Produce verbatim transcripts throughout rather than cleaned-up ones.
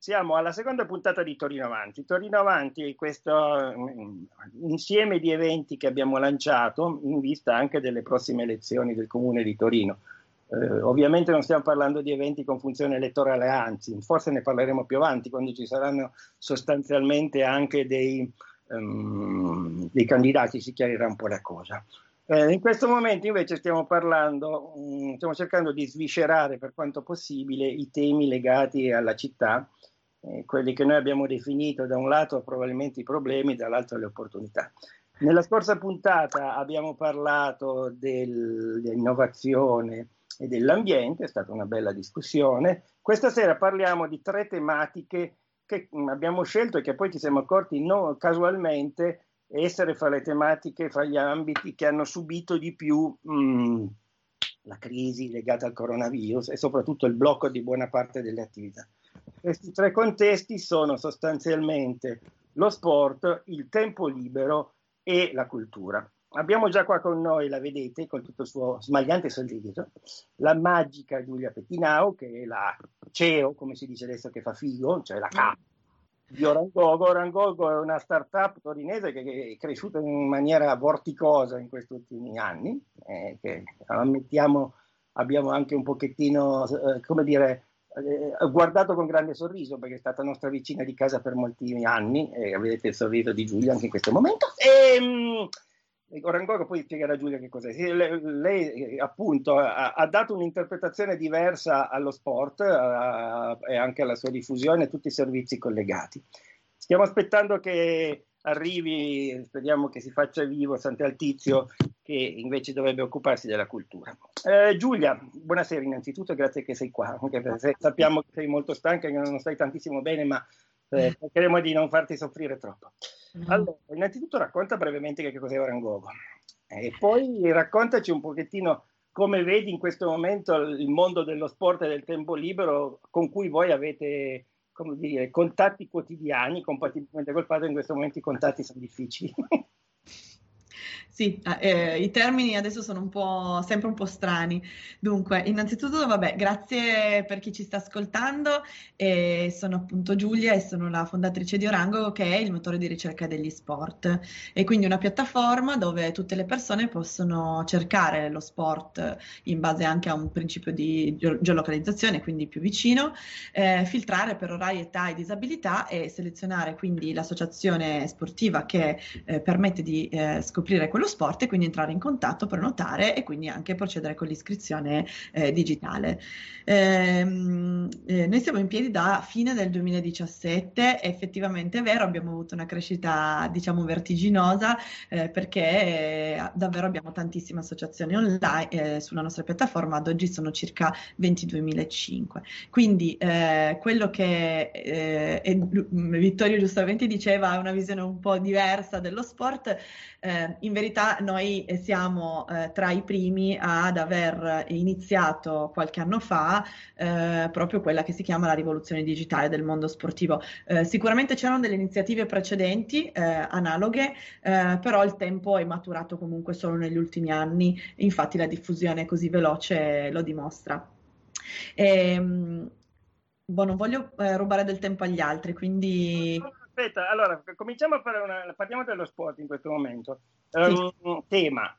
siamo alla seconda puntata di Torino Avanti. Torino Avanti è questo um, insieme di eventi che abbiamo lanciato in vista anche delle prossime elezioni del Comune di Torino. Eh, ovviamente non stiamo parlando di eventi con funzione elettorale, anzi, forse ne parleremo più avanti, quando ci saranno sostanzialmente anche dei, um, dei candidati, si chiarirà un po' la cosa. Eh, in questo momento invece stiamo parlando, um, stiamo cercando di sviscerare per quanto possibile i temi legati alla città, eh, quelli che noi abbiamo definito da un lato probabilmente i problemi, dall'altro le opportunità. Nella scorsa puntata abbiamo parlato del, dell'innovazione e dell'ambiente, è stata una bella discussione. Questa sera parliamo di tre tematiche che abbiamo scelto e che poi ci siamo accorti non casualmente essere fra le tematiche, fra gli ambiti che hanno subito di più mh, la crisi legata al coronavirus e soprattutto il blocco di buona parte delle attività. Questi tre contesti sono sostanzialmente lo sport, il tempo libero e la cultura. Abbiamo già qua con noi, la vedete, con tutto il suo smagliante sorriso, la magica Giulia Pettinau, che è la C E O, come si dice adesso, che fa figo, cioè la capo di Orangogo. Orangogo è una startup torinese che è cresciuta in maniera vorticosa in questi ultimi anni, eh, che ammettiamo abbiamo anche un pochettino, eh, come dire, eh, guardato con grande sorriso, perché è stata nostra vicina di casa per molti anni, e vedete il sorriso di Giulia anche in questo momento. E, mh, Orangogo poi spiegherà a Giulia che cos'è. Lei, lei appunto ha, ha dato un'interpretazione diversa allo sport a, e anche alla sua diffusione e tutti i servizi collegati. Stiamo aspettando che arrivi, speriamo che si faccia vivo Sant'Altizio, che invece dovrebbe occuparsi della cultura. Eh, Giulia, buonasera innanzitutto, grazie che sei qua, anche perché sappiamo che sei molto stanca e che non stai tantissimo bene, ma eh, cercheremo di non farti soffrire troppo. Allora, innanzitutto racconta brevemente che cos'è Orangogo e poi raccontaci un pochettino come vedi in questo momento il mondo dello sport e del tempo libero con cui voi avete, come dire, contatti quotidiani. Compatibilmente col fatto che in questo momento i contatti sono difficili. Sì, eh, i termini adesso sono un po' sempre un po' strani. Dunque, innanzitutto, vabbè, grazie per chi ci sta ascoltando. Eh, sono appunto Giulia e sono la fondatrice di Orangogo, che è il motore di ricerca degli sport. E quindi una piattaforma dove tutte le persone possono cercare lo sport in base anche a un principio di ge- geolocalizzazione, quindi più vicino, eh, filtrare per orari, età e disabilità e selezionare quindi l'associazione sportiva che eh, permette di eh, scoprire quello sport e quindi entrare in contatto, prenotare e quindi anche procedere con l'iscrizione eh, digitale. Ehm, eh, noi siamo in piedi da fine del duemiladiciassette, effettivamente è vero, abbiamo avuto una crescita diciamo vertiginosa eh, perché eh, davvero abbiamo tantissime associazioni online eh, sulla nostra piattaforma, ad oggi sono circa ventiduemilacinquecento. Quindi eh, quello che eh, e Vittorio giustamente diceva è una visione un po' diversa dello sport. Eh, in verità noi siamo eh, tra i primi ad aver iniziato qualche anno fa eh, proprio quella che si chiama la rivoluzione digitale del mondo sportivo. Eh, sicuramente c'erano delle iniziative precedenti eh, analoghe, eh, però il tempo è maturato comunque solo negli ultimi anni, infatti la diffusione così veloce lo dimostra. E, boh, non voglio eh, rubare del tempo agli altri, quindi... Aspetta, allora, cominciamo a fare una... parliamo dello sport in questo momento. Sì. Um, tema.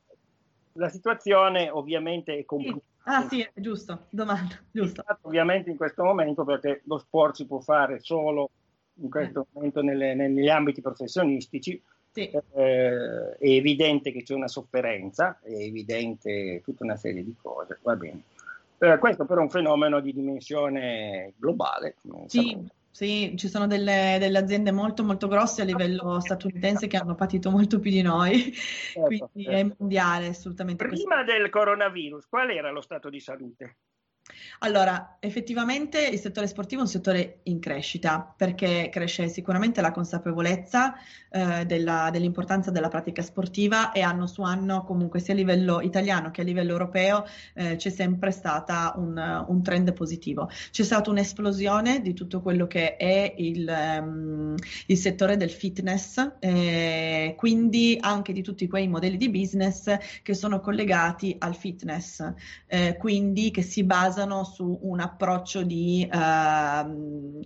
La situazione ovviamente è complicata. Ah sì, è giusto, domanda, giusto. Ovviamente in questo momento, perché lo sport si può fare solo in questo eh. momento nelle, negli ambiti professionistici, sì. eh, è evidente che c'è una sofferenza, è evidente tutta una serie di cose, va bene. Eh, questo però è un fenomeno di dimensione globale. Sì, sì, ci sono delle, delle aziende molto molto grosse a livello statunitense che hanno patito molto più di noi, certo, quindi certo. è mondiale assolutamente. Prima questo. Del coronavirus, qual era lo stato di salute? Allora, effettivamente il settore sportivo è un settore in crescita perché cresce sicuramente la consapevolezza eh, della, dell'importanza della pratica sportiva e anno su anno comunque sia a livello italiano che a livello europeo eh, c'è sempre stata un, un trend positivo. C'è stata un'esplosione di tutto quello che è il, um, il settore del fitness, eh, quindi anche di tutti quei modelli di business che sono collegati al fitness, eh, quindi che si basano su un approccio di uh,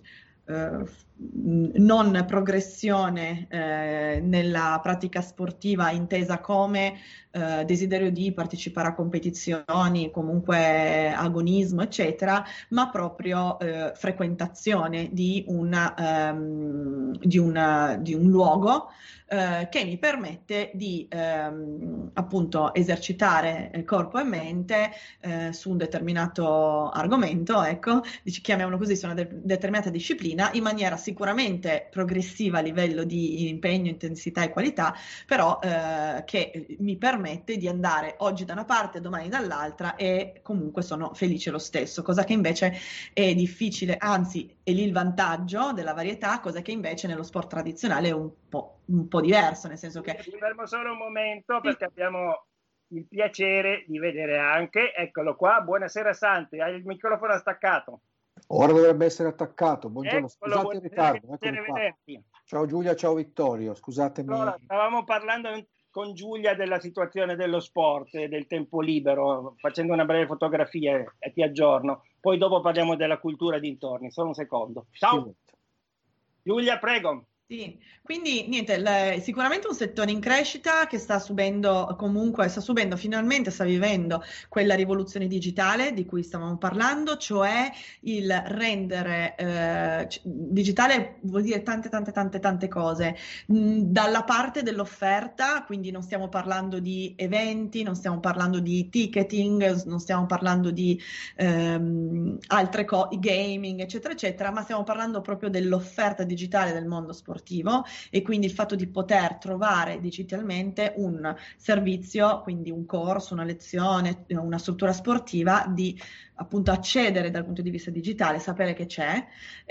eh, non progressione eh, nella pratica sportiva intesa come eh, desiderio di partecipare a competizioni, comunque agonismo, eccetera, ma proprio eh, frequentazione di, una, um, di, una, di un luogo eh, che mi permette di ehm, appunto esercitare corpo e mente eh, su un determinato argomento, ecco, chiamiamolo così, su una de- determinata disciplina, in maniera sicuramente progressiva a livello di impegno, intensità e qualità, però eh, che mi permette di andare oggi da una parte, domani dall'altra e comunque sono felice lo stesso, cosa che invece è difficile, anzi è lì il vantaggio della varietà, cosa che invece nello sport tradizionale è un po', un po' diverso, nel senso che... Mi fermo solo un momento perché abbiamo il piacere di vedere anche, eccolo qua, buonasera Santi, hai il microfono staccato. Ora dovrebbe essere attaccato, buongiorno, Eccolo, scusate il ritardo, eccomi qua. Vederti. Ciao Giulia, ciao Vittorio, scusatemi. Allora, stavamo parlando con Giulia della situazione dello sport e del tempo libero, facendo una breve fotografia e ti aggiorno, poi dopo parliamo della cultura dintorni, solo un secondo. Ciao Giulia, prego. Sì, quindi niente, l- sicuramente un settore in crescita che sta subendo comunque, sta subendo finalmente, sta vivendo quella rivoluzione digitale di cui stavamo parlando, cioè il rendere eh, c- digitale vuol dire tante tante tante tante cose. Mh, dalla parte dell'offerta, quindi non stiamo parlando di eventi, non stiamo parlando di ticketing, non stiamo parlando di ehm, altre cose, gaming, eccetera, eccetera, ma stiamo parlando proprio dell'offerta digitale del mondo sportivo e quindi il fatto di poter trovare digitalmente un servizio, quindi un corso, una lezione, una struttura sportiva, di appunto accedere dal punto di vista digitale, sapere che c'è.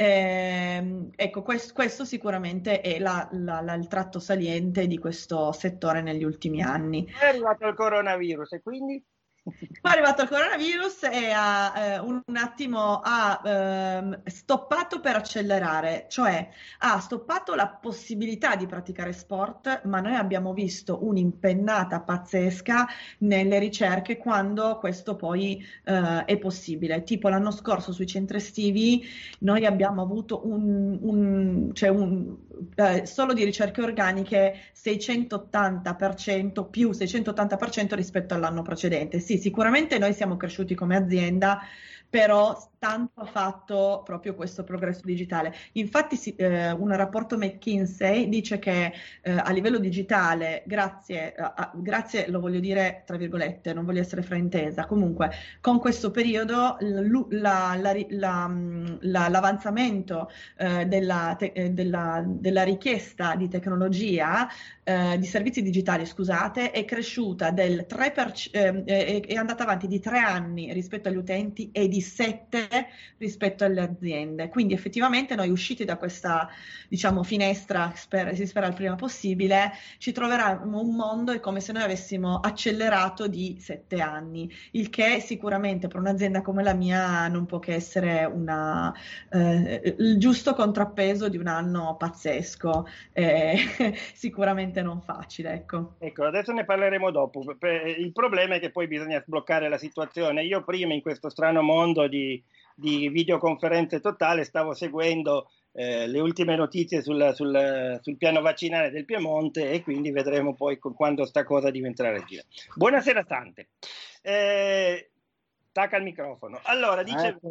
Eh, ecco, questo, questo sicuramente è la, la, la, il tratto saliente di questo settore negli ultimi anni. È arrivato il coronavirus e quindi? Poi è arrivato il coronavirus e ha eh, un, un attimo ha ehm, stoppato per accelerare, cioè ha stoppato la possibilità di praticare sport, ma noi abbiamo visto un'impennata pazzesca nelle ricerche quando questo poi eh, è possibile. Tipo l'anno scorso sui centri estivi noi abbiamo avuto un, un, cioè un eh, solo di ricerche organiche seicentottanta per cento più seicentottanta per cento rispetto all'anno precedente. Sì, sicuramente noi siamo cresciuti come azienda, però tanto ha fatto proprio questo progresso digitale. Infatti si, eh, un rapporto McKinsey dice che eh, a livello digitale, grazie, a, grazie, lo voglio dire tra virgolette, non voglio essere fraintesa, comunque con questo periodo la, la, la, la, l'avanzamento eh, della, te, della, della richiesta di tecnologia, eh, di servizi digitali, scusate, è cresciuta del tre per cento, eh, è, è andata avanti di tre anni rispetto agli utenti e di sette rispetto alle aziende. Quindi effettivamente noi usciti da questa, diciamo, finestra, sper- si spera il prima possibile, ci troveremo un mondo è come se noi avessimo accelerato di sette anni, il che sicuramente per un'azienda come la mia non può che essere una, eh, il giusto contrappeso di un anno pazzesco, eh, sicuramente non facile, ecco. Ecco, adesso ne parleremo dopo. Il problema è che poi bisogna sbloccare la situazione. Io prima in questo strano mondo di, di videoconferenze totale stavo seguendo eh, le ultime notizie sul, sul, sul piano vaccinale del Piemonte e quindi vedremo poi quando sta cosa diventerà regia. Buonasera Sante. Eh, tacca il microfono. Allora, dice...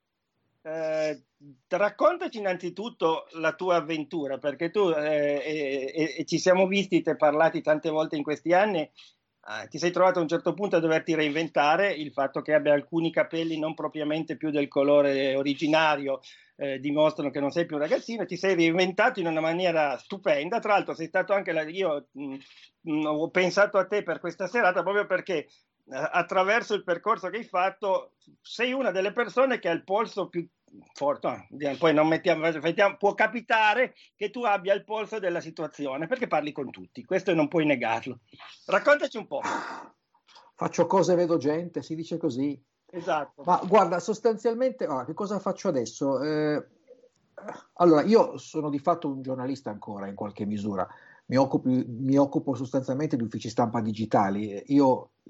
Eh, raccontaci innanzitutto la tua avventura, perché tu eh, e, e ci siamo visti, ti parlati tante volte in questi anni, eh, ti sei trovato a un certo punto a doverti reinventare. Il fatto che abbia alcuni capelli non propriamente più del colore originario eh, dimostrano che non sei più un ragazzino, ti sei reinventato in una maniera stupenda. Tra l'altro sei stato anche la, io mh, mh, ho pensato a te per questa serata proprio perché attraverso il percorso che hai fatto sei una delle persone che ha il polso più forte, no, poi non mettiamo, mettiamo, può capitare che tu abbia il polso della situazione perché parli con tutti, questo non puoi negarlo. Raccontaci un po'. Faccio cose, vedo gente, si dice così. Esatto. Ma guarda, sostanzialmente, allora, che cosa faccio adesso? Eh, allora, io sono di fatto un giornalista ancora in qualche misura, mi occupo, mi occupo sostanzialmente di uffici stampa digitali. Io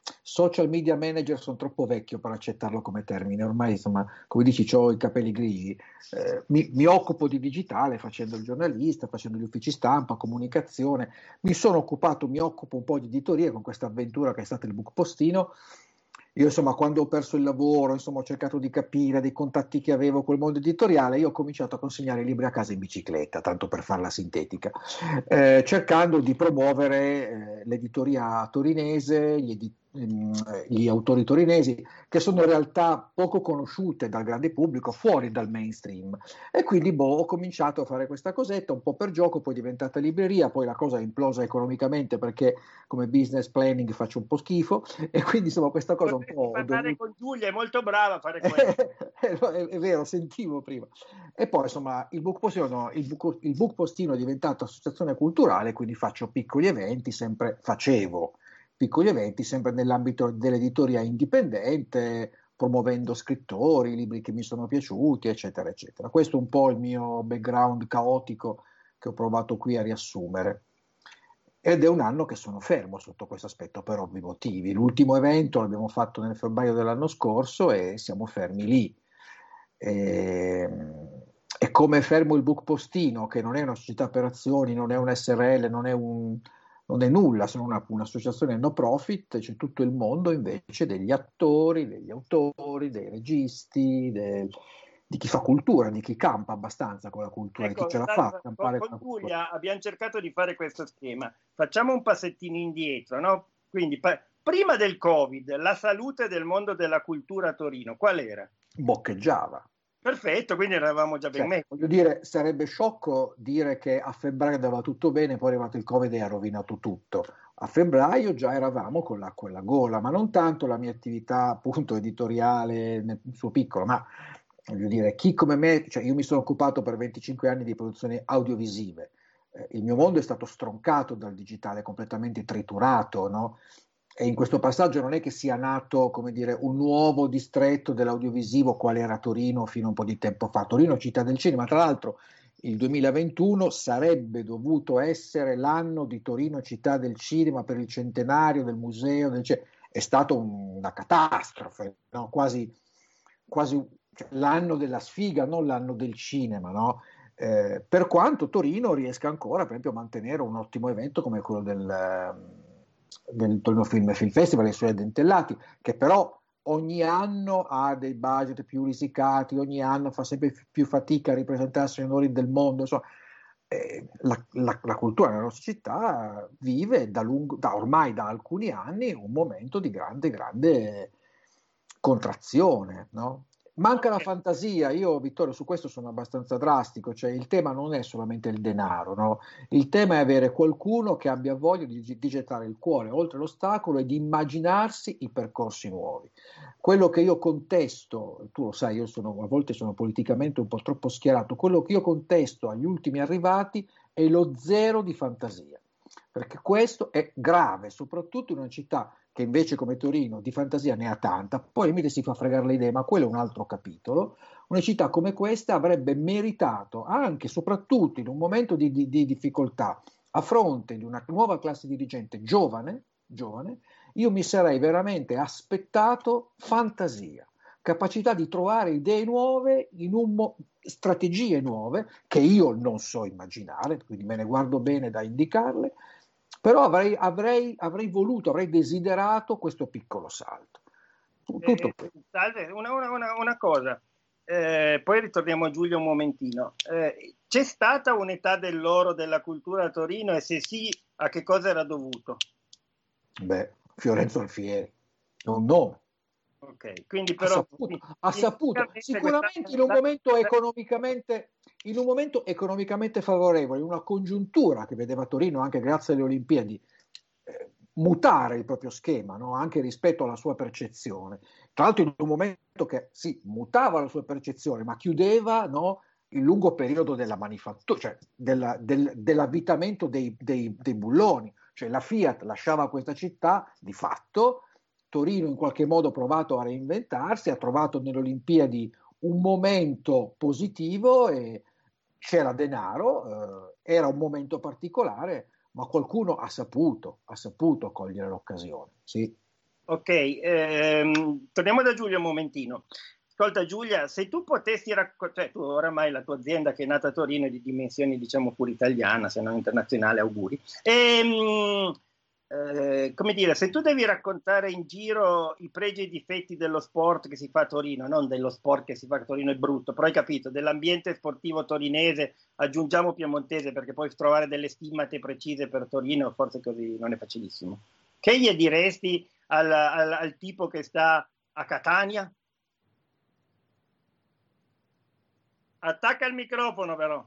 social media manager sono troppo vecchio per accettarlo come termine, ormai insomma, come dici, ho i capelli grigi, eh, mi, mi occupo di digitale facendo il giornalista, facendo gli uffici stampa, comunicazione, mi sono occupato, mi occupo un po' di editoria con questa avventura che è stata il Book Postino. Io insomma quando ho perso il lavoro, insomma ho cercato di capire dei contatti che avevo col mondo editoriale, io ho cominciato a consegnare libri a casa in bicicletta, tanto per farla sintetica, eh, cercando di promuovere eh, l'editoria torinese, gli, edi- ehm, gli autori torinesi, che sono in realtà poco conosciute dal grande pubblico, fuori dal mainstream. E quindi boh, ho cominciato a fare questa cosetta un po' per gioco, poi è diventata libreria, poi la cosa è implosa economicamente perché come business planning faccio un po' schifo e quindi insomma questa cosa un po' ho parlare dovuto... con Giulia, è molto brava a fare questo. è, è vero, sentivo prima. E poi insomma il book postino, il book, il book postino è diventato associazione culturale, quindi faccio piccoli eventi, sempre facevo piccoli eventi, sempre nell'ambito dell'editoria indipendente, promuovendo scrittori, libri che mi sono piaciuti, eccetera, eccetera. Questo è un po' il mio background caotico che ho provato qui a riassumere. Ed è un anno che sono fermo sotto questo aspetto per ovvi motivi. L'ultimo evento l'abbiamo fatto nel febbraio dell'anno scorso e siamo fermi lì. E, e come fermo il Book Postino, che non è una società per azioni, non è un S R L, non è, un, non è nulla, sono una, un'associazione no profit, c'è tutto il mondo invece degli attori, degli autori, dei registi, del, di chi fa cultura, di chi campa abbastanza con la cultura, Ecco, di chi ce la da, fa con, campare con con la cultura. Giulia abbiamo cercato di fare questo schema. Facciamo un passettino indietro, no? Quindi, pa- prima del Covid, la salute del mondo della cultura a Torino, qual era? Boccheggiava. Perfetto, quindi eravamo già ben Cioè, messi. voglio dire, sarebbe sciocco dire che a febbraio andava tutto bene, poi è arrivato il Covid e ha rovinato tutto. A febbraio già eravamo con l'acqua alla gola, ma non tanto la mia attività appunto editoriale nel suo piccolo, ma voglio dire, chi come me, cioè io mi sono occupato per venticinque anni di produzioni audiovisive, eh, il mio mondo è stato stroncato dal digitale, completamente triturato, no? E in questo passaggio non è che sia nato, come dire, un nuovo distretto dell'audiovisivo quale era Torino fino a un po' di tempo fa. Torino, città del cinema, tra l'altro il duemilaventuno sarebbe dovuto essere l'anno di Torino, città del cinema, per il centenario del museo, del cinema. È stata un, una catastrofe, no? Quasi, quasi cioè, l'anno della sfiga, non l'anno del cinema, no? Eh, per quanto Torino riesca ancora, per esempio, a mantenere un ottimo evento come quello del, del Torino Film, Film Festival e i suoi addentellati, che però ogni anno ha dei budget più risicati, ogni anno fa sempre più fatica a ripresentarsi nei onori del mondo. Insomma, eh, la, la, la cultura nella nostra città vive da, lungo, da ormai da alcuni anni un momento di grande, grande contrazione, no? Manca la fantasia, io Vittorio su questo sono abbastanza drastico, cioè il tema non è solamente il denaro, no? Il tema è avere qualcuno che abbia voglia di, di gettare il cuore oltre l'ostacolo e di immaginarsi i percorsi nuovi. Quello che io contesto, tu lo sai, io sono, a volte sono politicamente un po' troppo schierato, quello che io contesto agli ultimi arrivati è lo zero di fantasia, perché questo è grave, soprattutto in una città che invece come Torino di fantasia ne ha tanta, poi mi si fa fregare le idee, ma quello è un altro capitolo. Una città come questa avrebbe meritato, anche e soprattutto in un momento di, di, di difficoltà, a fronte di una nuova classe dirigente giovane, giovane, io mi sarei veramente aspettato fantasia, capacità di trovare idee nuove, in un mo- strategie nuove, che io non so immaginare, quindi me ne guardo bene da indicarle, però avrei, avrei, avrei voluto, avrei desiderato questo piccolo salto. Tutto Eh, salve, una, una, una, una cosa, eh, poi ritorniamo a Giulio un momentino. Eh, c'è stata un'età dell'oro della cultura a Torino e se sì, a che cosa era dovuto? Beh, Fiorenzo Alfieri, è un nome. Ok, quindi Ha però saputo, ha saputo, sicuramente in un questa... momento economicamente, in un momento economicamente favorevole, in una congiuntura che vedeva Torino anche grazie alle Olimpiadi eh, mutare il proprio schema, no? Anche rispetto alla sua percezione. Tra l'altro in un momento che sì, mutava la sua percezione, ma chiudeva, no, il lungo periodo della manifattura, cioè della, del, dell'avvitamento dei, dei, dei bulloni. Cioè la Fiat lasciava questa città di fatto. Torino in qualche modo ha provato a reinventarsi, ha trovato nelle Olimpiadi un momento positivo e c'era denaro, eh, era un momento particolare, ma qualcuno ha saputo, ha saputo cogliere l'occasione. Sì. Ok, ehm, torniamo da Giulia un momentino. Ascolta Giulia, se tu potessi raccontare, cioè tu oramai la tua azienda che è nata a Torino è di dimensioni diciamo pure italiana, se non internazionale, auguri. Ehm, eh, come dire, se tu devi raccontare in giro i pregi e i difetti dello sport che si fa a Torino, non dello sport che si fa a Torino è brutto, però hai capito, dell'ambiente sportivo torinese, aggiungiamo piemontese perché puoi trovare delle stimmate precise per Torino, forse così non è facilissimo. Che gli diresti al, al, al tipo che sta a Catania? Attacca il microfono però.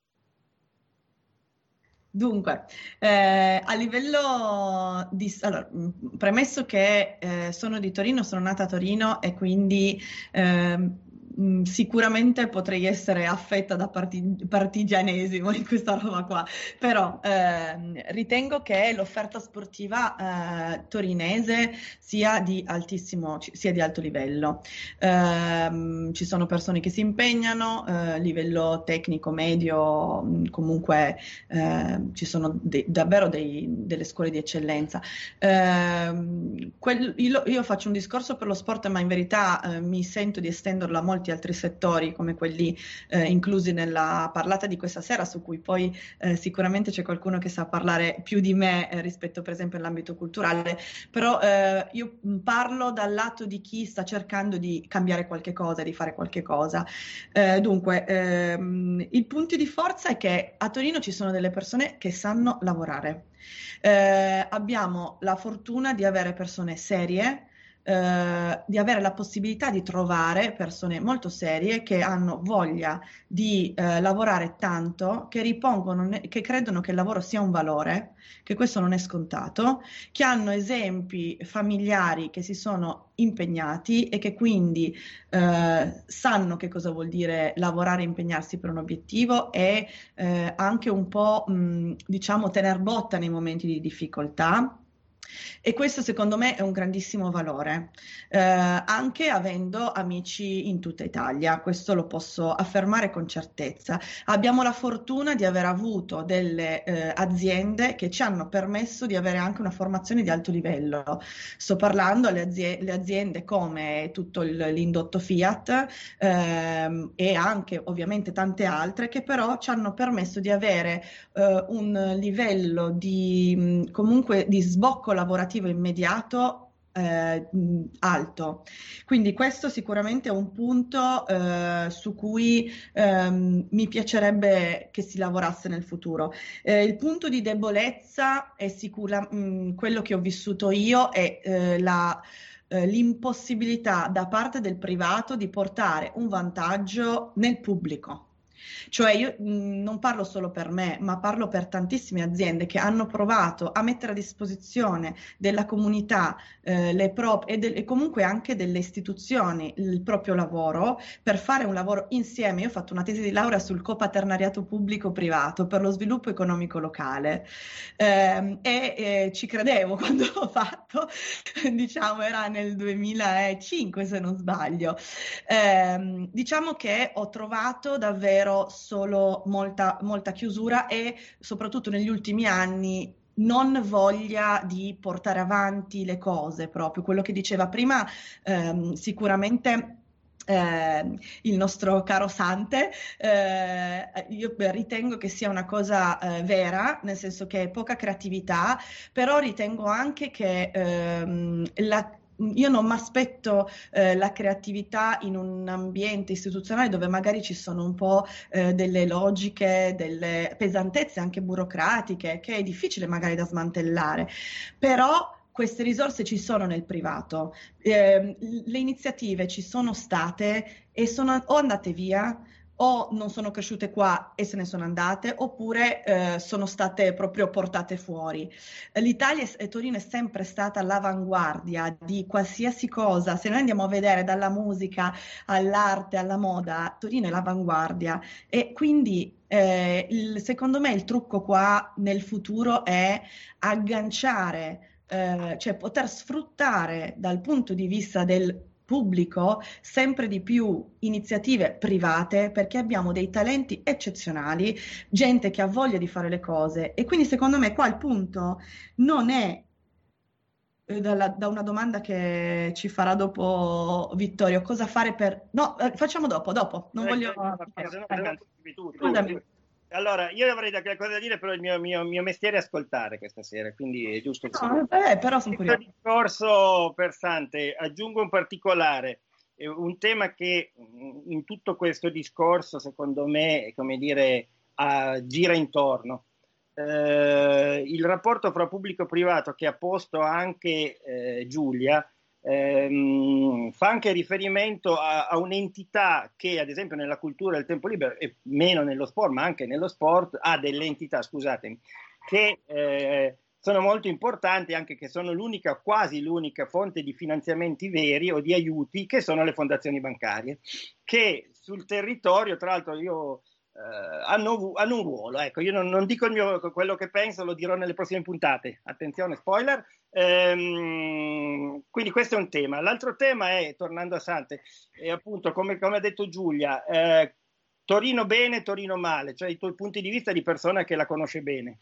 Dunque, eh, a livello di... Allora, mh, premesso che eh, sono di Torino, sono nata a Torino e quindi eh, mh, sicuramente potrei essere affetta da parti- partigianesimo in questa roba qua, però ehm, ritengo che l'offerta sportiva eh, torinese sia di altissimo, sia di alto livello. Ehm, ci sono persone che si impegnano, a livello tecnico, medio, mh, comunque eh, ci sono de- davvero dei, delle scuole di eccellenza. Eh, quel, io, io faccio un discorso per lo sport, ma in verità eh, mi sento di estenderlo a molti altri settori, come quelli eh, inclusi nella parlata di questa sera, su cui poi eh, sicuramente c'è qualcuno che sa parlare più di me eh, rispetto per esempio all'ambito culturale, però eh, io parlo dal lato di chi sta cercando di cambiare qualche cosa, di fare qualche cosa. Eh, dunque, ehm, il punto di forza è che a Torino ci sono delle persone che sanno lavorare. Eh, abbiamo la fortuna di avere persone serie, eh, di avere la possibilità di trovare persone molto serie che hanno voglia di eh, lavorare tanto, che ripongono, che credono che il lavoro sia un valore, che questo non è scontato, che hanno esempi familiari che si sono impegnati e che quindi eh, sanno che cosa vuol dire lavorare e impegnarsi per un obiettivo e eh, anche un po' mh, diciamo tener botta nei momenti di difficoltà. E questo secondo me è un grandissimo valore, eh, anche avendo amici in tutta Italia, questo lo posso affermare con certezza. Abbiamo la fortuna di aver avuto delle eh, aziende che ci hanno permesso di avere anche una formazione di alto livello. Sto parlando alle azie- le aziende come tutto il- l'indotto Fiat ehm, e anche ovviamente tante altre che però ci hanno permesso di avere eh, un livello di mh, comunque di sbocco lavorativo immediato eh, mh, alto. Quindi questo sicuramente è un punto eh, su cui ehm, mi piacerebbe che si lavorasse nel futuro. Eh, il punto di debolezza è sicura, mh, quello che ho vissuto io è eh, la eh, l'impossibilità da parte del privato di portare un vantaggio nel pubblico. Cioè io mh, non parlo solo per me, ma parlo per tantissime aziende che hanno provato a mettere a disposizione della comunità eh, le prop- e, del- e comunque anche delle istituzioni il proprio lavoro per fare un lavoro insieme. Io ho fatto una tesi di laurea sul copaternariato pubblico-privato per lo sviluppo economico locale ehm, e eh, ci credevo quando l'ho fatto, diciamo era nel duemilacinque se non sbaglio. Ehm, diciamo che ho trovato davvero solo molta, molta chiusura e soprattutto negli ultimi anni non voglia di portare avanti le cose, proprio quello che diceva prima, ehm, sicuramente. Eh, il nostro caro Sante, eh, io ritengo che sia una cosa eh, vera, nel senso che è poca creatività, però ritengo anche che ehm, la io non mi aspetto eh, la creatività in un ambiente istituzionale dove magari ci sono un po' eh, delle logiche, delle pesantezze anche burocratiche, che è difficile magari da smantellare, però queste risorse ci sono nel privato. Eh, le iniziative ci sono state e sono o andate via o non sono cresciute qua e se ne sono andate, oppure eh, sono state proprio portate fuori. L'Italia e Torino è sempre stata all'avanguardia di qualsiasi cosa. Se noi andiamo a vedere dalla musica all'arte, alla moda, Torino è l'avanguardia e quindi eh, il, secondo me il trucco qua nel futuro è agganciare eh, cioè poter sfruttare dal punto di vista del pubblico sempre di più iniziative private perché abbiamo dei talenti eccezionali, gente che ha voglia di fare le cose e quindi secondo me qua il punto non è eh, dalla- da una domanda che ci farà dopo Vittorio. Cosa fare per... No, eh, facciamo dopo, dopo. Non Eh, voglio... eh, ma ok, se no- se vai. no anticipi tu, tu. Scusami. Allora, io avrei da qualcosa da dire, però il mio, mio- mio mestiere è ascoltare questa sera, quindi è giusto così. No, eh, però sono Questo curiosa. discorso versante, aggiungo un particolare, eh, un tema che mh, in tutto questo discorso, secondo me, come dire, ah, gira intorno. Eh, il rapporto fra pubblico e privato che ha posto anche eh, Giulia ehm, fa anche riferimento a, a un'entità che, ad esempio, nella cultura del tempo libero, e meno nello sport, ma anche nello sport, ha delle entità, scusatemi, che eh, sono molto importanti, anche che sono l'unica, quasi l'unica fonte di finanziamenti veri o di aiuti, che sono le fondazioni bancarie, che sul territorio, tra l'altro io... Uh, hanno, hanno un ruolo, ecco, io non, non dico il mio, quello che penso, lo dirò nelle prossime puntate, attenzione, spoiler. Ehm, quindi questo è un tema. L'altro tema è, tornando a Sante, è appunto, come, come ha detto Giulia, eh, Torino bene, Torino male, cioè i tuoi punti di vista di persona che la conosce bene.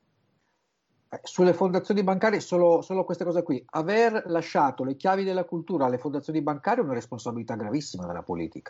Sulle fondazioni bancarie, solo, solo queste cose qui. Aver lasciato le chiavi della cultura alle fondazioni bancarie è una responsabilità gravissima della politica.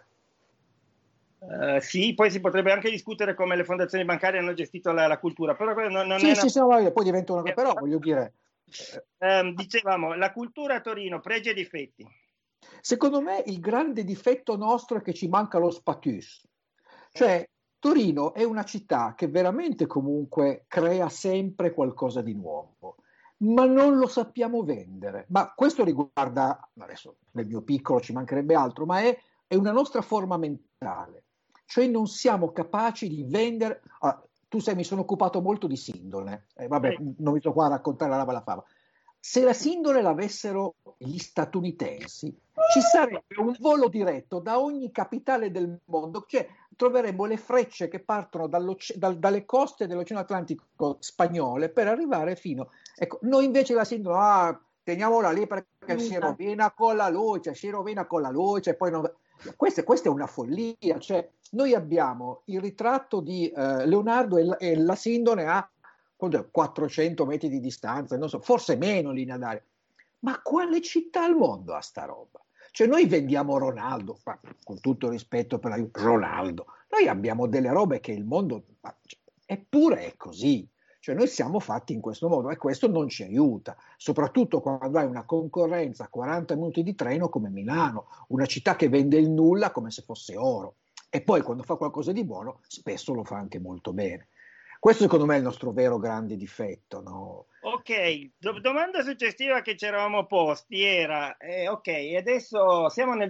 Uh, sì, poi si potrebbe anche discutere come le fondazioni bancarie hanno gestito la, la cultura, però non, non sì, è sì, una... sì, no, poi diventa una cosa, però voglio dire... Um, dicevamo, la cultura a Torino, pregi e difetti. Secondo me il grande difetto nostro è che ci manca lo spatus, cioè Torino è una città che veramente comunque crea sempre qualcosa di nuovo, ma non lo sappiamo vendere. Ma questo riguarda, adesso nel mio piccolo ci mancherebbe altro, ma è, è una nostra forma mentale. Cioè non siamo capaci di vendere. Ah, tu sai, mi sono occupato molto di Sindone, eh, vabbè, Sì. non mi sto qua a raccontare la lava la fava. Se la Sindone l'avessero gli statunitensi, ci sarebbe un volo diretto da ogni capitale del mondo, cioè troveremo le frecce che partono dal, dalle coste dell'Oceano Atlantico spagnole per arrivare fino. Ecco, noi invece la Sindone, ah, teniamola lì perché si rovina con la luce, si rovina con la luce, poi non... Questa, questa è una follia, cioè noi abbiamo il ritratto di eh, Leonardo e la, e la Sindone a quattrocento metri di distanza, non so, forse meno in linea d'aria. Ma quale città al mondo ha sta roba? Cioè noi vendiamo Ronaldo, ma con tutto rispetto per la Ronaldo, noi abbiamo delle robe che il mondo... Eppure è così. Cioè noi siamo fatti in questo modo e questo non ci aiuta, soprattutto quando hai una concorrenza a quaranta minuti di treno come Milano, una città che vende il nulla come se fosse oro. E poi quando fa qualcosa di buono spesso lo fa anche molto bene. Questo secondo me è il nostro vero grande difetto, no? Ok, do- domanda successiva che ci eravamo posti era, eh, ok, adesso siamo nel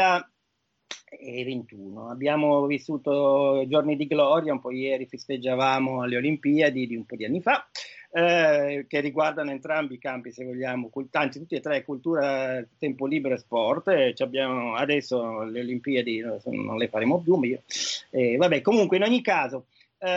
duemilaventuno, abbiamo vissuto giorni di gloria, un po' ieri festeggiavamo le Olimpiadi di un po' di anni fa, eh, che riguardano entrambi i campi, se vogliamo, anzi tutti e tre, cultura, tempo libero e sport, e abbiamo adesso le Olimpiadi, non le faremo più, ma io, eh, vabbè, comunque in ogni caso...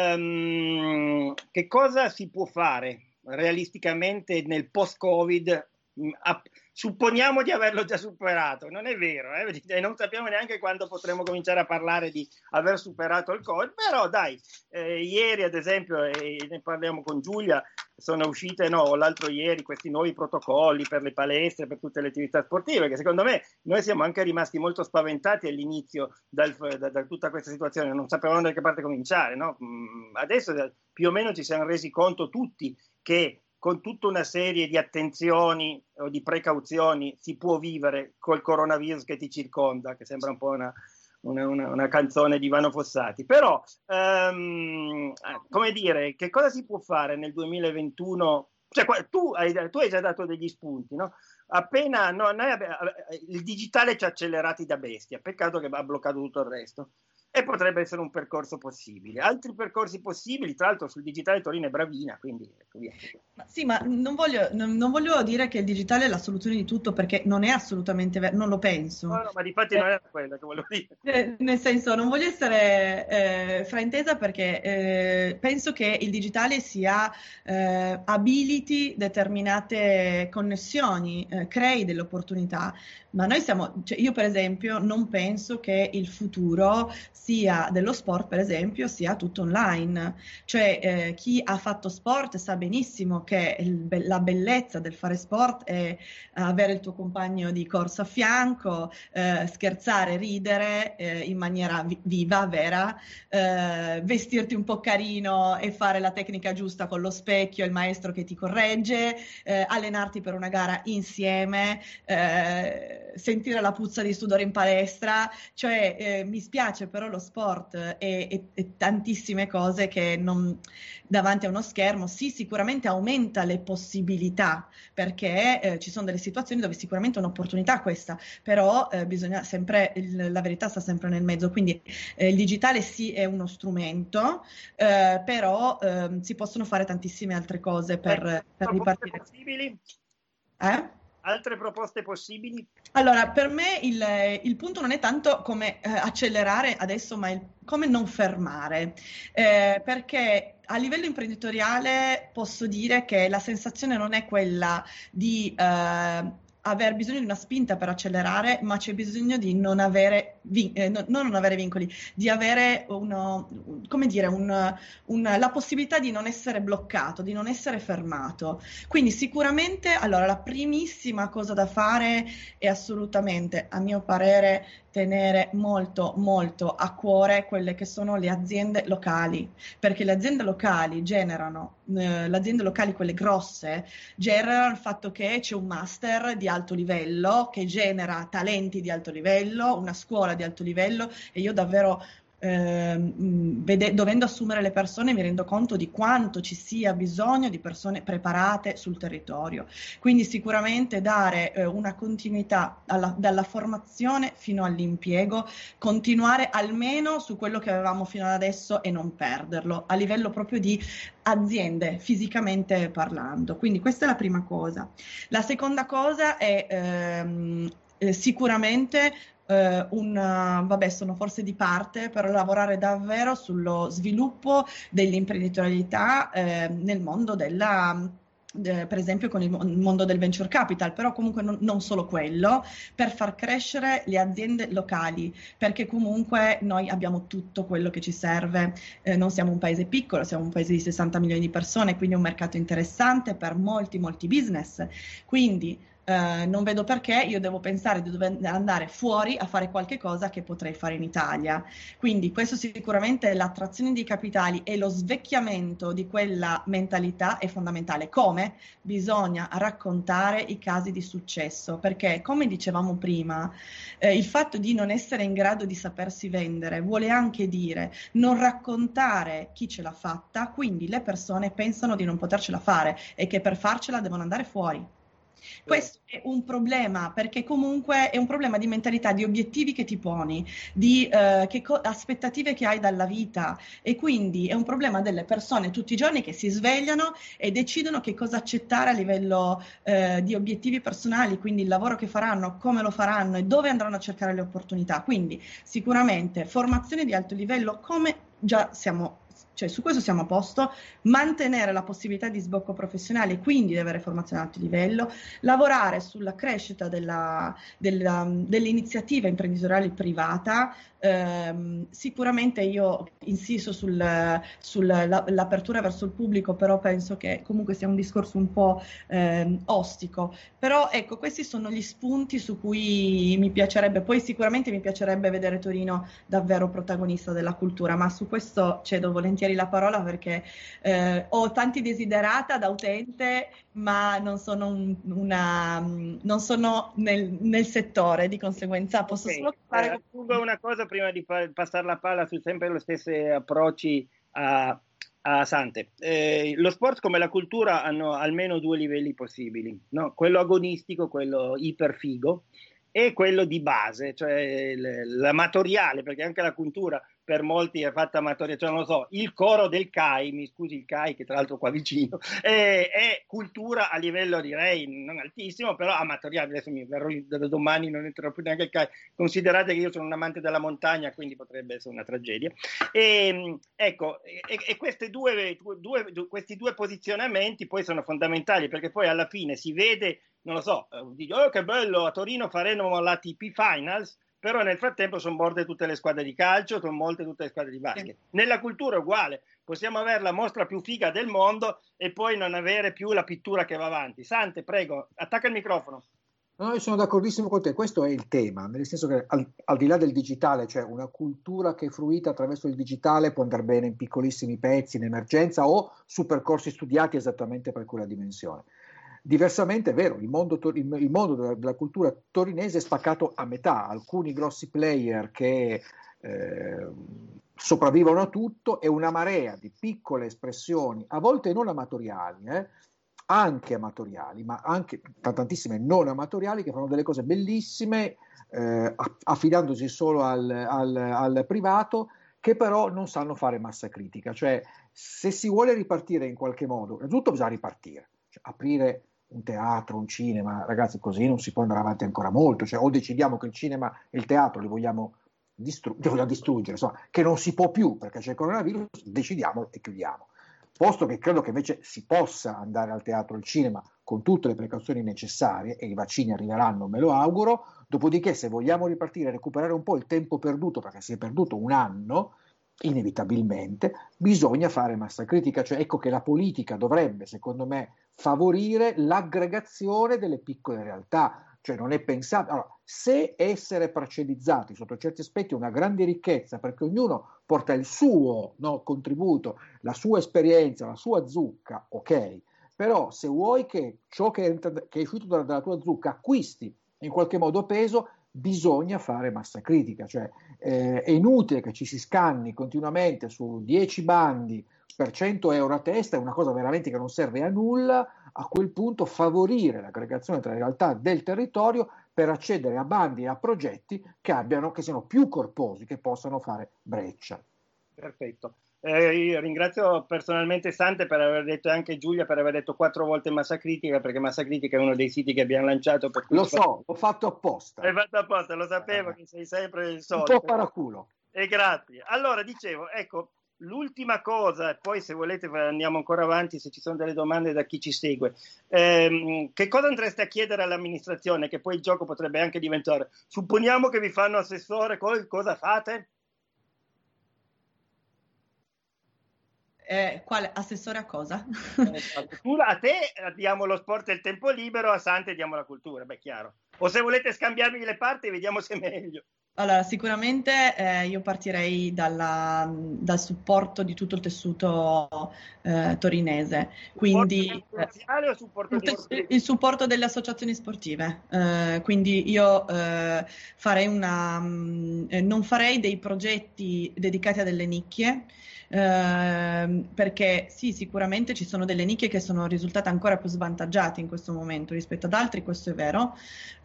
Um, che cosa si può fare realisticamente nel post-Covid? Supponiamo di averlo già superato, non è vero, eh? E non sappiamo neanche quando potremo cominciare a parlare di aver superato il Covid, però dai, eh, ieri ad esempio, e ne parliamo con Giulia, sono uscite, no, l'altro ieri, questi nuovi protocolli per le palestre, per tutte le attività sportive, che secondo me noi siamo anche rimasti molto spaventati all'inizio dal, da, da tutta questa situazione, non sapevamo da che parte cominciare, no? Adesso più o meno ci siamo resi conto tutti che con tutta una serie di attenzioni o di precauzioni si può vivere col coronavirus che ti circonda, che sembra un po' una, una, una, una canzone di Vano Fossati. Però, um, come dire, che cosa si può fare nel duemilaventuno? Cioè, tu hai, tu hai già dato degli spunti, no? Appena no, noi abbiamo, il digitale ci ha accelerati da bestia, peccato che ha bloccato tutto il resto. E potrebbe essere un percorso possibile. Altri percorsi possibili, tra l'altro sul digitale Torino è bravina, quindi ecco via. Ma sì, ma non voglio, non, non voglio dire che il digitale è la soluzione di tutto, perché non è assolutamente vero, non lo penso. No, no, ma difatti eh, non era quello che volevo dire. Eh, nel senso, non voglio essere eh, fraintesa, perché eh, penso che il digitale sia eh, abiliti determinate connessioni, eh, crei delle opportunità, Ma noi siamo, cioè io per esempio non penso che il futuro sia dello sport, per esempio, sia tutto online. Cioè eh, chi ha fatto sport sa benissimo che il- la bellezza del fare sport è avere il tuo compagno di corso a fianco, eh, scherzare, ridere eh, in maniera vi- viva, vera, eh, vestirti un po' carino e fare la tecnica giusta con lo specchio, il maestro che ti corregge, eh, allenarti per una gara insieme, eh, sentire la puzza di sudore in palestra, cioè eh, mi spiace però lo sport e, e- e tantissime cose che non, davanti a uno schermo, sì, sicuramente aumenta le possibilità, perché eh, ci sono delle situazioni dove sicuramente è un'opportunità questa, però eh, bisogna sempre, il- la verità sta sempre nel mezzo, quindi eh, il digitale sì è uno strumento, eh, però ehm, si possono fare tantissime altre cose per, Ecco, per proposte ripartire. possibili? Eh? Altre proposte possibili? Allora, per me il, il punto non è tanto come eh, accelerare adesso, ma il- come non fermare. Eh, perché a livello imprenditoriale posso dire che la sensazione non è quella di eh, aver bisogno di una spinta per accelerare, ma c'è bisogno di non avere, vin- eh, no- non non avere vincoli, di avere uno, come dire, un- un- la possibilità di non essere bloccato, di non essere fermato. Quindi sicuramente, allora, la primissima cosa da fare è assolutamente, a mio parere, tenere molto, molto a cuore quelle che sono le aziende locali, perché le aziende locali generano, eh, le aziende locali, quelle grosse, generano il fatto che c'è un master di alto livello che genera talenti di alto livello, una scuola di alto livello e io davvero ehm, vede- dovendo assumere le persone mi rendo conto di quanto ci sia bisogno di persone preparate sul territorio. Quindi sicuramente dare eh, una continuità alla- dalla formazione fino all'impiego, continuare almeno su quello che avevamo fino ad adesso e non perderlo, a livello proprio di aziende, fisicamente parlando. Quindi questa è la prima cosa. La seconda cosa è ehm, eh, sicuramente eh, un, eh, vabbè, sono forse di parte, per lavorare davvero sullo sviluppo dell'imprenditorialità eh, nel mondo della eh, per esempio con il mondo del venture capital, però comunque non, non solo quello, per far crescere le aziende locali, perché comunque noi abbiamo tutto quello che ci serve, eh, non siamo un paese piccolo, siamo un paese di sessanta milioni di persone, quindi è un mercato interessante per molti, molti business, quindi eh, non vedo perché io devo pensare di dover andare fuori a fare qualche cosa che potrei fare in Italia. Quindi questo sicuramente l'attrazione di capitali e lo svecchiamento di quella mentalità è fondamentale. Come? Bisogna raccontare i casi di successo, perché come dicevamo prima, eh, il fatto di non essere in grado di sapersi vendere vuole anche dire non raccontare chi ce l'ha fatta, quindi le persone pensano di non potercela fare e che per farcela devono andare fuori. Questo è un problema perché comunque è un problema di mentalità, di obiettivi che ti poni, di eh, che co- aspettative che hai dalla vita e quindi è un problema delle persone tutti i giorni che si svegliano e decidono che cosa accettare a livello eh, di obiettivi personali, quindi il lavoro che faranno, come lo faranno e dove andranno a cercare le opportunità. Quindi sicuramente formazione di alto livello come già siamo, cioè su questo siamo a posto, mantenere la possibilità di sbocco professionale e quindi di avere formazione ad alto livello, lavorare sulla crescita della, della, dell'iniziativa imprenditoriale privata. Ehm, sicuramente io insisto sull'apertura sul, verso il pubblico, però penso che comunque sia un discorso un po' ehm, ostico. Però ecco, questi sono gli spunti su cui mi piacerebbe, poi sicuramente mi piacerebbe vedere Torino davvero protagonista della cultura, ma su questo cedo volentieri la parola perché eh, ho tanti desiderata da utente, ma non sono, un, una, non sono nel, nel settore, di conseguenza posso Ok, solo eh, fare. aggiungo una cosa prima di fa- passare la palla su sempre gli stessi approcci a, a Sante. Eh, lo sport come la cultura hanno almeno due livelli possibili, no? Quello agonistico, quello iperfigo, e quello di base, cioè l- l'amatoriale, perché anche la cultura per molti è fatta amatoriale, cioè non lo so, il coro del C A I, mi scusi il C A I che tra l'altro qua vicino, è, è cultura a livello direi non altissimo, però amatoriale, adesso mi verrò da domani, non entrerò più neanche il C A I, considerate che io sono un amante della montagna, quindi potrebbe essere una tragedia. E, ecco, e, e queste due, due, questi due posizionamenti poi sono fondamentali, perché poi alla fine si vede non lo so, dico, oh che bello, a Torino faremo l'A T P Finals, però nel frattempo sono morte tutte le squadre di calcio, sono molte tutte le squadre di basket. Sì. Nella cultura è uguale, possiamo avere la mostra più figa del mondo e poi non avere più la pittura che va avanti. Sante, prego, attacca il microfono. No, io sono d'accordissimo con te, questo è il tema, nel senso che al, al di là del digitale, cioè una cultura che è fruita attraverso il digitale può andare bene in piccolissimi pezzi, in emergenza o su percorsi studiati esattamente per quella dimensione. Diversamente è vero, il mondo, il, il mondo della, della cultura torinese è spaccato a metà, alcuni grossi player che eh, sopravvivono a tutto e una marea di piccole espressioni, a volte non amatoriali, eh, anche amatoriali, ma anche tantissime non amatoriali che fanno delle cose bellissime, eh, affidandosi solo al, al, al privato, che però non sanno fare massa critica. Cioè, se si vuole ripartire in qualche modo, innanzitutto bisogna ripartire, cioè, aprire un teatro, un cinema, ragazzi, così non si può andare avanti ancora molto. Cioè, o decidiamo che il cinema e il teatro li vogliamo, distru- li vogliamo distruggere, insomma, che non si può più perché c'è il coronavirus, decidiamolo e chiudiamo. Posto che credo che invece si possa andare al teatro e al cinema con tutte le precauzioni necessarie, e i vaccini arriveranno, me lo auguro. Dopodiché, se vogliamo ripartire e recuperare un po' il tempo perduto, perché si è perduto un anno, inevitabilmente, bisogna fare massa critica. Cioè, ecco che la politica dovrebbe, secondo me, favorire l'aggregazione delle piccole realtà. Cioè, non è pensato. Allora, se essere parcellizzati sotto certi aspetti è una grande ricchezza, perché ognuno porta il suo, no, contributo, la sua esperienza, la sua zucca, ok. Però se vuoi che ciò che è, che è uscito dalla, dalla tua zucca acquisti in qualche modo peso, bisogna fare massa critica. Cioè, eh, è inutile che ci si scanni continuamente su dieci bandi per cento euro a testa, è una cosa veramente che non serve a nulla. A quel punto favorire l'aggregazione tra le realtà del territorio per accedere a bandi e a progetti che abbiano, che siano più corposi, che possano fare breccia. Perfetto. Eh, io ringrazio personalmente Sante per aver detto, e anche Giulia per aver detto quattro volte Massa Critica, perché Massa Critica è uno dei siti che abbiamo lanciato. Per cui lo so, fa... l'ho fatto apposta. L'hai fatto apposta, lo sapevo eh, che sei sempre il solito. Un po' paraculo. E grazie. Allora, dicevo, ecco, l'ultima cosa, e poi se volete andiamo ancora avanti se ci sono delle domande da chi ci segue. Eh, che cosa andreste a chiedere all'amministrazione, che poi il gioco potrebbe anche diventare, supponiamo che vi fanno assessore, cosa fate? Eh, quale assessore a cosa? Eh, a te diamo lo sport e il tempo libero, a Sante diamo la cultura, beh chiaro. O se volete scambiarvi le parti vediamo se è meglio. Allora, sicuramente eh, io partirei dalla, dal supporto di tutto il tessuto eh, torinese. Quindi eh, o supporto di... il, il supporto delle associazioni sportive. Eh, quindi io eh, farei una, eh, non farei dei progetti dedicati a delle nicchie. Eh, perché sì, sicuramente ci sono delle nicchie che sono risultate ancora più svantaggiate in questo momento rispetto ad altri, questo è vero,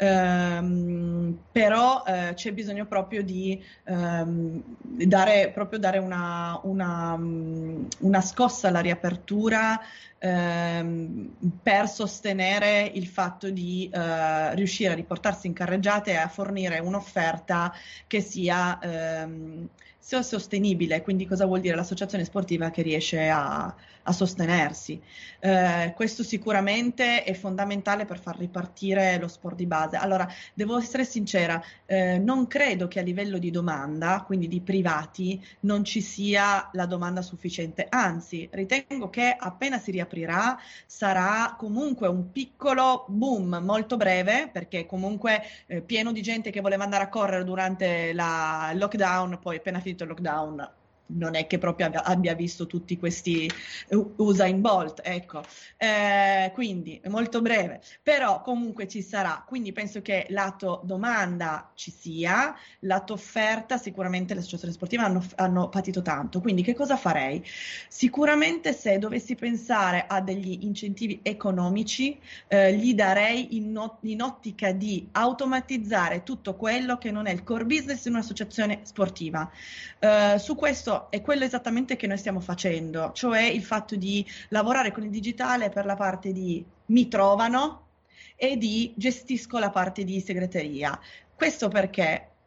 eh, però eh, c'è bisogno proprio di ehm, dare, proprio dare una, una, una scossa alla riapertura ehm, per sostenere il fatto di eh, riuscire a riportarsi in carreggiate e a fornire un'offerta che sia ehm, sia sostenibile. Quindi cosa vuol dire l'associazione sportiva che riesce a, a sostenersi? Eh, questo sicuramente è fondamentale per far ripartire lo sport di base. Allora, devo essere sincera, eh, non credo che a livello di domanda, quindi di privati, non ci sia la domanda sufficiente, anzi ritengo che appena si riaprirà sarà comunque un piccolo boom molto breve, perché comunque eh, pieno di gente che voleva andare a correre durante la, il lockdown, poi appena finito il lockdown non è che proprio abbia visto tutti questi Usain Bolt, ecco, eh, quindi è molto breve, però comunque ci sarà, quindi penso che lato domanda ci sia, lato offerta sicuramente le associazioni sportive hanno, hanno patito tanto, quindi che cosa farei? Sicuramente se dovessi pensare a degli incentivi economici, eh, gli darei in, not- in ottica di automatizzare tutto quello che non è il core business in un'associazione sportiva. Uh, su questo è quello esattamente che noi stiamo facendo, cioè il fatto di lavorare con il digitale per la parte di mi trovano e di gestisco la parte di segreteria. Questo perché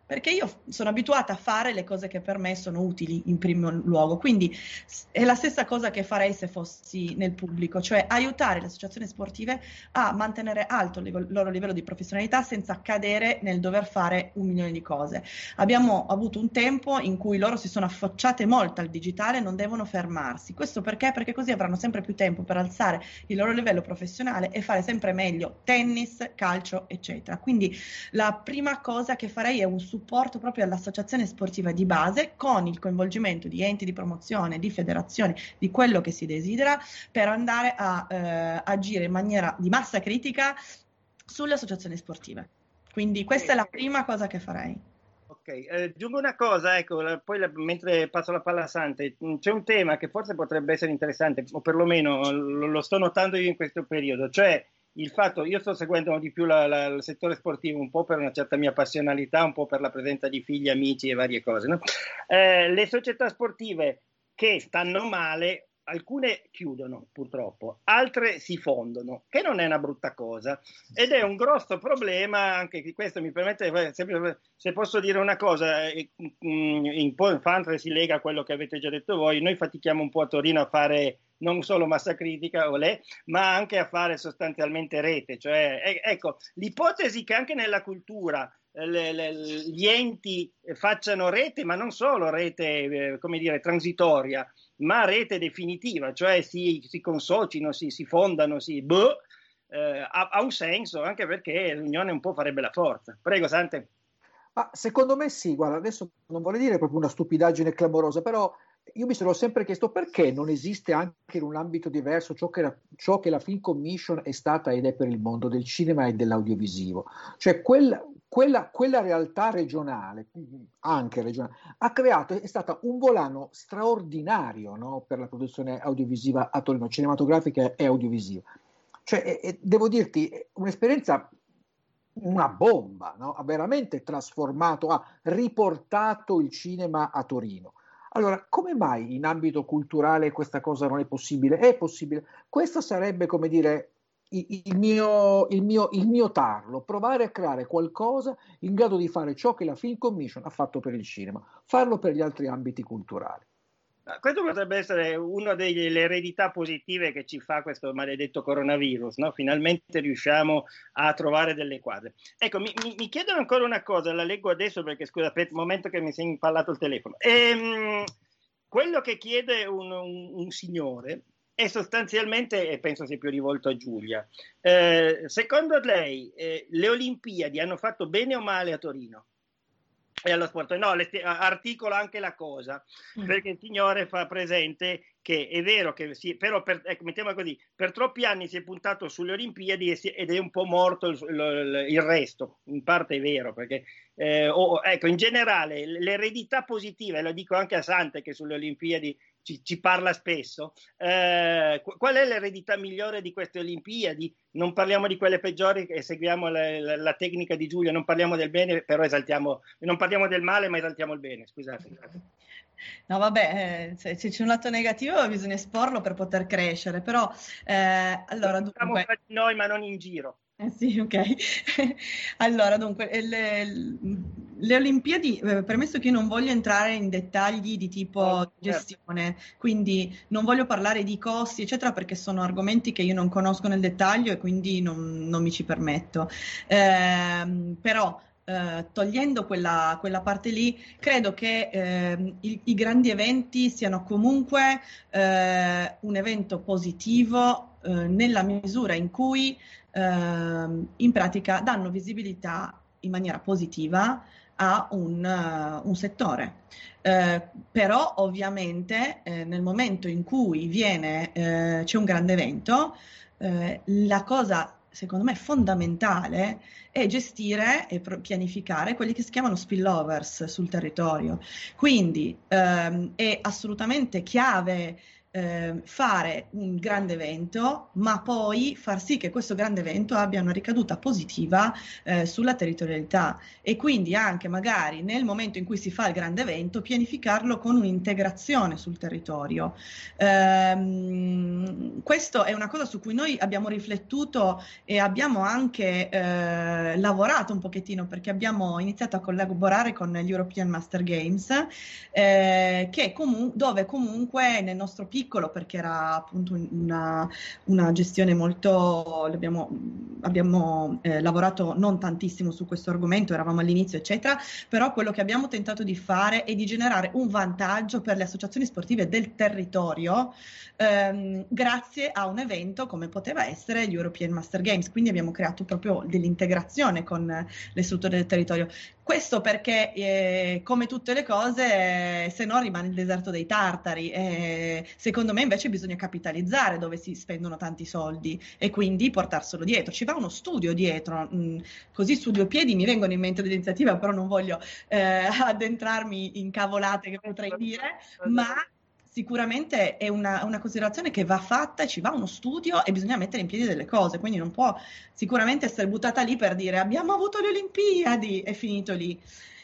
Perché io sono abituata a fare le cose che per me sono utili in primo luogo, quindi è la stessa cosa che farei se fossi nel pubblico, cioè aiutare le associazioni sportive a mantenere alto il loro livello di professionalità senza cadere nel dover fare un milione di cose. Abbiamo avuto un tempo in cui loro si sono affacciate molto al digitale, non devono fermarsi. Questo perché? Perché così avranno sempre più tempo per alzare il loro livello professionale e fare sempre meglio tennis, calcio, eccetera. Quindi la prima cosa che farei è un supporto proprio all'associazione sportiva di base con il coinvolgimento di enti di promozione, di federazioni, di quello che si desidera per andare a eh, agire in maniera di massa critica sulle associazioni sportive. Quindi questa è la prima cosa che farei. Ok, eh, aggiungo una cosa, ecco, la, poi la, mentre passo la palla a Sante, c'è un tema che forse potrebbe essere interessante, o perlomeno lo, lo sto notando io in questo periodo, cioè il fatto, io sto seguendo di più la, la, il settore sportivo un po' per una certa mia passionalità, un po' per la presenza di figli, amici e varie cose, no? Eh, le società sportive che stanno male, alcune chiudono purtroppo, altre si fondono, che non è una brutta cosa ed è un grosso problema, anche che questo mi permette, se posso dire una cosa, in po' in Fantre si lega a quello che avete già detto voi, noi fatichiamo un po' a Torino a fare non solo massa critica, olè, ma anche a fare sostanzialmente rete, cioè ecco, l'ipotesi che anche nella cultura Le, le, gli enti facciano rete, ma non solo rete, eh, come dire, transitoria, ma rete definitiva, cioè si, si consocino, si, si fondano, si, boh, eh, ha, ha un senso, anche perché l'unione un po' farebbe la forza. Prego, Sante. Ma secondo me sì, guarda, adesso non vorrei dire proprio una stupidaggine clamorosa, però io mi sono sempre chiesto perché non esiste anche in un ambito diverso ciò che, la, ciò che la Film Commission è stata ed è per il mondo del cinema e dell'audiovisivo. Cioè quel, quella, quella realtà regionale, anche regionale, ha creato, è stata un volano straordinario, no, per la produzione audiovisiva a Torino, cinematografica e audiovisiva. Cioè, è, è, devo dirti, è un'esperienza, una bomba, no? Ha veramente trasformato, ha riportato il cinema a Torino. Allora, come mai in ambito culturale questa cosa non è possibile? È possibile. Questo sarebbe, come dire, il, il, mio, il, mio, il mio tarlo, provare a creare qualcosa in grado di fare ciò che la Film Commission ha fatto per il cinema, farlo per gli altri ambiti culturali. Questo potrebbe essere una delle eredità positive che ci fa questo maledetto coronavirus, no? Finalmente riusciamo a trovare delle quadre. Ecco, mi, mi, mi chiedono ancora una cosa, la leggo adesso perché scusa, aspetta un momento che mi si è impallato il telefono. Ehm, quello che chiede un, un, un signore è sostanzialmente, e penso sia più rivolto a Giulia, eh, secondo lei eh, le Olimpiadi hanno fatto bene o male a Torino? E allo sport, no, le, articola anche la cosa, perché il signore fa presente che è vero che si, però per, ecco, mettiamola così, per troppi anni si è puntato sulle Olimpiadi e si, ed è un po' morto il, il, il resto, in parte è vero, perché eh, oh, ecco, in generale l'eredità positiva, e lo dico anche a Sante che sulle Olimpiadi ci, ci parla spesso, eh, qual è l'eredità migliore di queste Olimpiadi? Non parliamo di quelle peggiori e seguiamo la, la, la tecnica di Giulia, non parliamo del bene, però esaltiamo, non parliamo del male, ma esaltiamo il bene, scusate. No, vabbè, eh, se, se c'è un lato negativo bisogna esporlo per poter crescere, però eh, allora dunque... dunque... Siamo fra di noi, ma non in giro. Eh sì, ok. Allora, dunque, le, le Olimpiadi, eh, permesso che io non voglio entrare in dettagli di tipo Oh, gestione, quindi non voglio parlare di costi, eccetera, perché sono argomenti che io non conosco nel dettaglio e quindi non, non mi ci permetto. Eh, però, eh, togliendo quella, quella parte lì, credo che eh, i, i grandi eventi siano comunque eh, un evento positivo eh, nella misura in cui in pratica danno visibilità in maniera positiva a un, uh, un settore. Eh, però ovviamente eh, nel momento in cui viene, eh, c'è un grande evento, eh, la cosa secondo me fondamentale è gestire e pianificare quelli che si chiamano spillovers sul territorio. Quindi ehm, è assolutamente chiave eh, fare un grande evento, ma poi far sì che questo grande evento abbia una ricaduta positiva eh, sulla territorialità, e quindi anche magari nel momento in cui si fa il grande evento pianificarlo con un'integrazione sul territorio. Ehm, questo è una cosa su cui noi abbiamo riflettuto e abbiamo anche eh, lavorato un pochettino, perché abbiamo iniziato a collaborare con gli European Master Games, eh, che comu- dove comunque nel nostro piccolo, perché era appunto una, una gestione molto, abbiamo, abbiamo eh, lavorato non tantissimo su questo argomento, eravamo all'inizio eccetera, però quello che abbiamo tentato di fare è di generare un vantaggio per le associazioni sportive del territorio, ehm, grazie a un evento come poteva essere gli European Master Games. Quindi abbiamo creato proprio dell'integrazione con le strutture del territorio. Questo perché, eh, come tutte le cose, eh, se no rimane il deserto dei tartari. Eh, secondo me invece bisogna capitalizzare dove si spendono tanti soldi e quindi portarselo dietro. Ci va uno studio dietro, mh, così su due piedi mi vengono in mente delle iniziative, però non voglio eh, addentrarmi in cavolate che potrei dire, ma sicuramente è una, una considerazione che va fatta e ci va uno studio e bisogna mettere in piedi delle cose, quindi non può sicuramente essere buttata lì per dire abbiamo avuto le Olimpiadi e finito lì.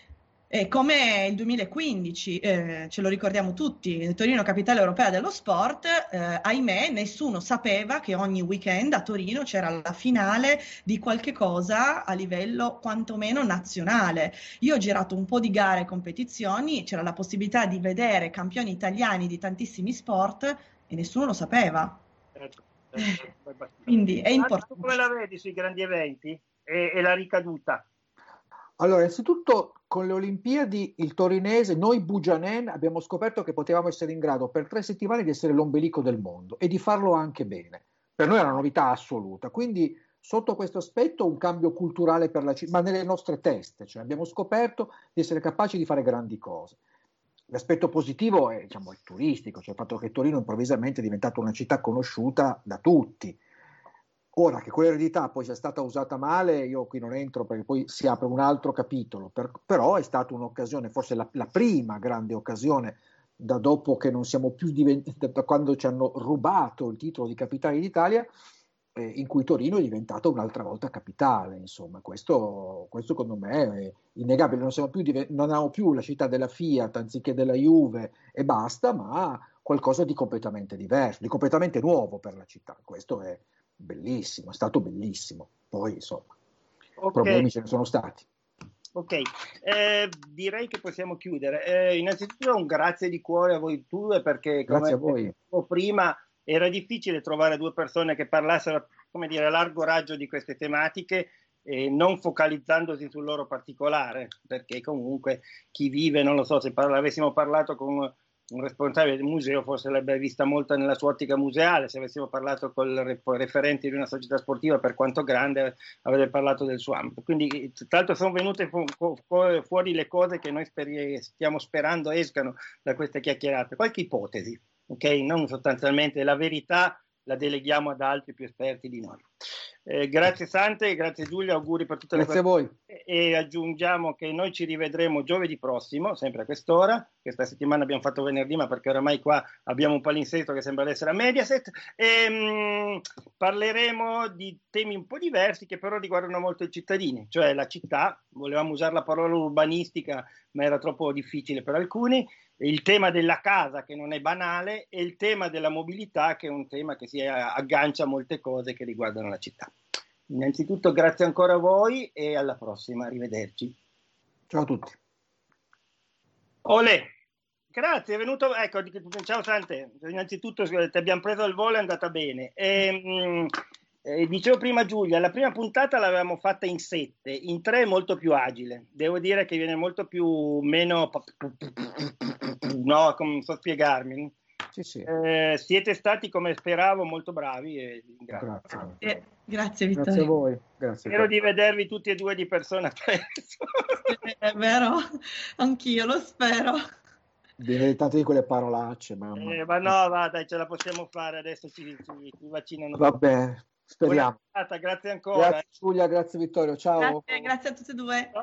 E come il duemilaquindici, eh, ce lo ricordiamo tutti, Torino capitale europea dello sport, eh, ahimè nessuno sapeva che ogni weekend a Torino c'era la finale di qualche cosa a livello quantomeno nazionale. Io ho girato un po' di gare e competizioni, c'era la possibilità di vedere campioni italiani di tantissimi sport e nessuno lo sapeva. Certo, certo. Quindi è importante. Come la vedi sui grandi eventi e, e la ricaduta? Allora, innanzitutto con le Olimpiadi il torinese, noi Bugianen abbiamo scoperto che potevamo essere in grado per tre settimane di essere l'ombelico del mondo e di farlo anche bene. Per noi è una novità assoluta, quindi sotto questo aspetto un cambio culturale per la città, ma nelle nostre teste, cioè abbiamo scoperto di essere capaci di fare grandi cose. L'aspetto positivo è, diciamo, il turistico, cioè il fatto che Torino improvvisamente è diventata una città conosciuta da tutti. Ora che quell'eredità poi sia stata usata male, io qui non entro perché poi si apre un altro capitolo, per, però è stata un'occasione, forse la, la prima grande occasione da dopo che non siamo più diventati, da quando ci hanno rubato il titolo di capitale d'Italia, eh, in cui Torino è diventata un'altra volta capitale. Insomma, questo, questo secondo me è innegabile. Non siamo più, non abbiamo più la città della Fiat anziché della Juve e basta, ma qualcosa di completamente diverso, di completamente nuovo per la città. Questo è bellissimo, è stato bellissimo. Poi insomma, okay. Problemi ce ne sono stati. Ok, eh, direi che possiamo chiudere. Eh, innanzitutto un grazie di cuore a voi due, perché come dicevo prima era difficile trovare due persone che parlassero, come dire, a largo raggio di queste tematiche e non focalizzandosi sul loro particolare, perché comunque chi vive, non lo so, se parla, avessimo parlato con un responsabile del museo forse l'avrebbe vista molto nella sua ottica museale, se avessimo parlato col referente di una società sportiva, per quanto grande, avrebbe parlato del suo ambito. Quindi tra l'altro sono venute fu fu fuori le cose che noi speri stiamo sperando escano da queste chiacchierate, qualche ipotesi, ok? Non sostanzialmente la verità la deleghiamo ad altri più esperti di noi. Eh, grazie Sante, grazie Giulia, auguri per tutte grazie le cose. Grazie a voi. E aggiungiamo che noi ci rivedremo giovedì prossimo, sempre a quest'ora. Questa settimana abbiamo fatto venerdì, ma perché oramai qua abbiamo un palinsesto che sembra essere a Mediaset. E, mh, parleremo di temi un po' diversi che però riguardano molto i cittadini, cioè la città. Volevamo usare la parola urbanistica, ma era troppo difficile per alcuni. Il tema della casa, che non è banale, e il tema della mobilità, che è un tema che si aggancia a molte cose che riguardano la città. Innanzitutto grazie ancora a voi e alla prossima, arrivederci. Ciao a tutti. Ole, grazie, è venuto, ecco, ciao Sante, innanzitutto ti abbiamo preso al volo, è andata bene. E, mh, eh, dicevo prima Giulia, la prima puntata l'avevamo fatta in sette, in tre è molto più agile, devo dire che viene molto più, meno, no, non so spiegarmi. Sì, sì. Eh, siete stati, come speravo, molto bravi e grazie. Eh, grazie Vittorio. Grazie a voi. Grazie. Spero di vedervi tutti e due di persona presto. È vero, anch'io lo spero. Direi tante di quelle parolacce, mamma. Eh, ma no, va, dai, ce la possiamo fare, adesso ci, ci, ci vaccinano. Vabbè, speriamo. Buona serata, grazie ancora. Grazie Giulia, grazie Vittorio, ciao. Grazie, grazie a tutti e due.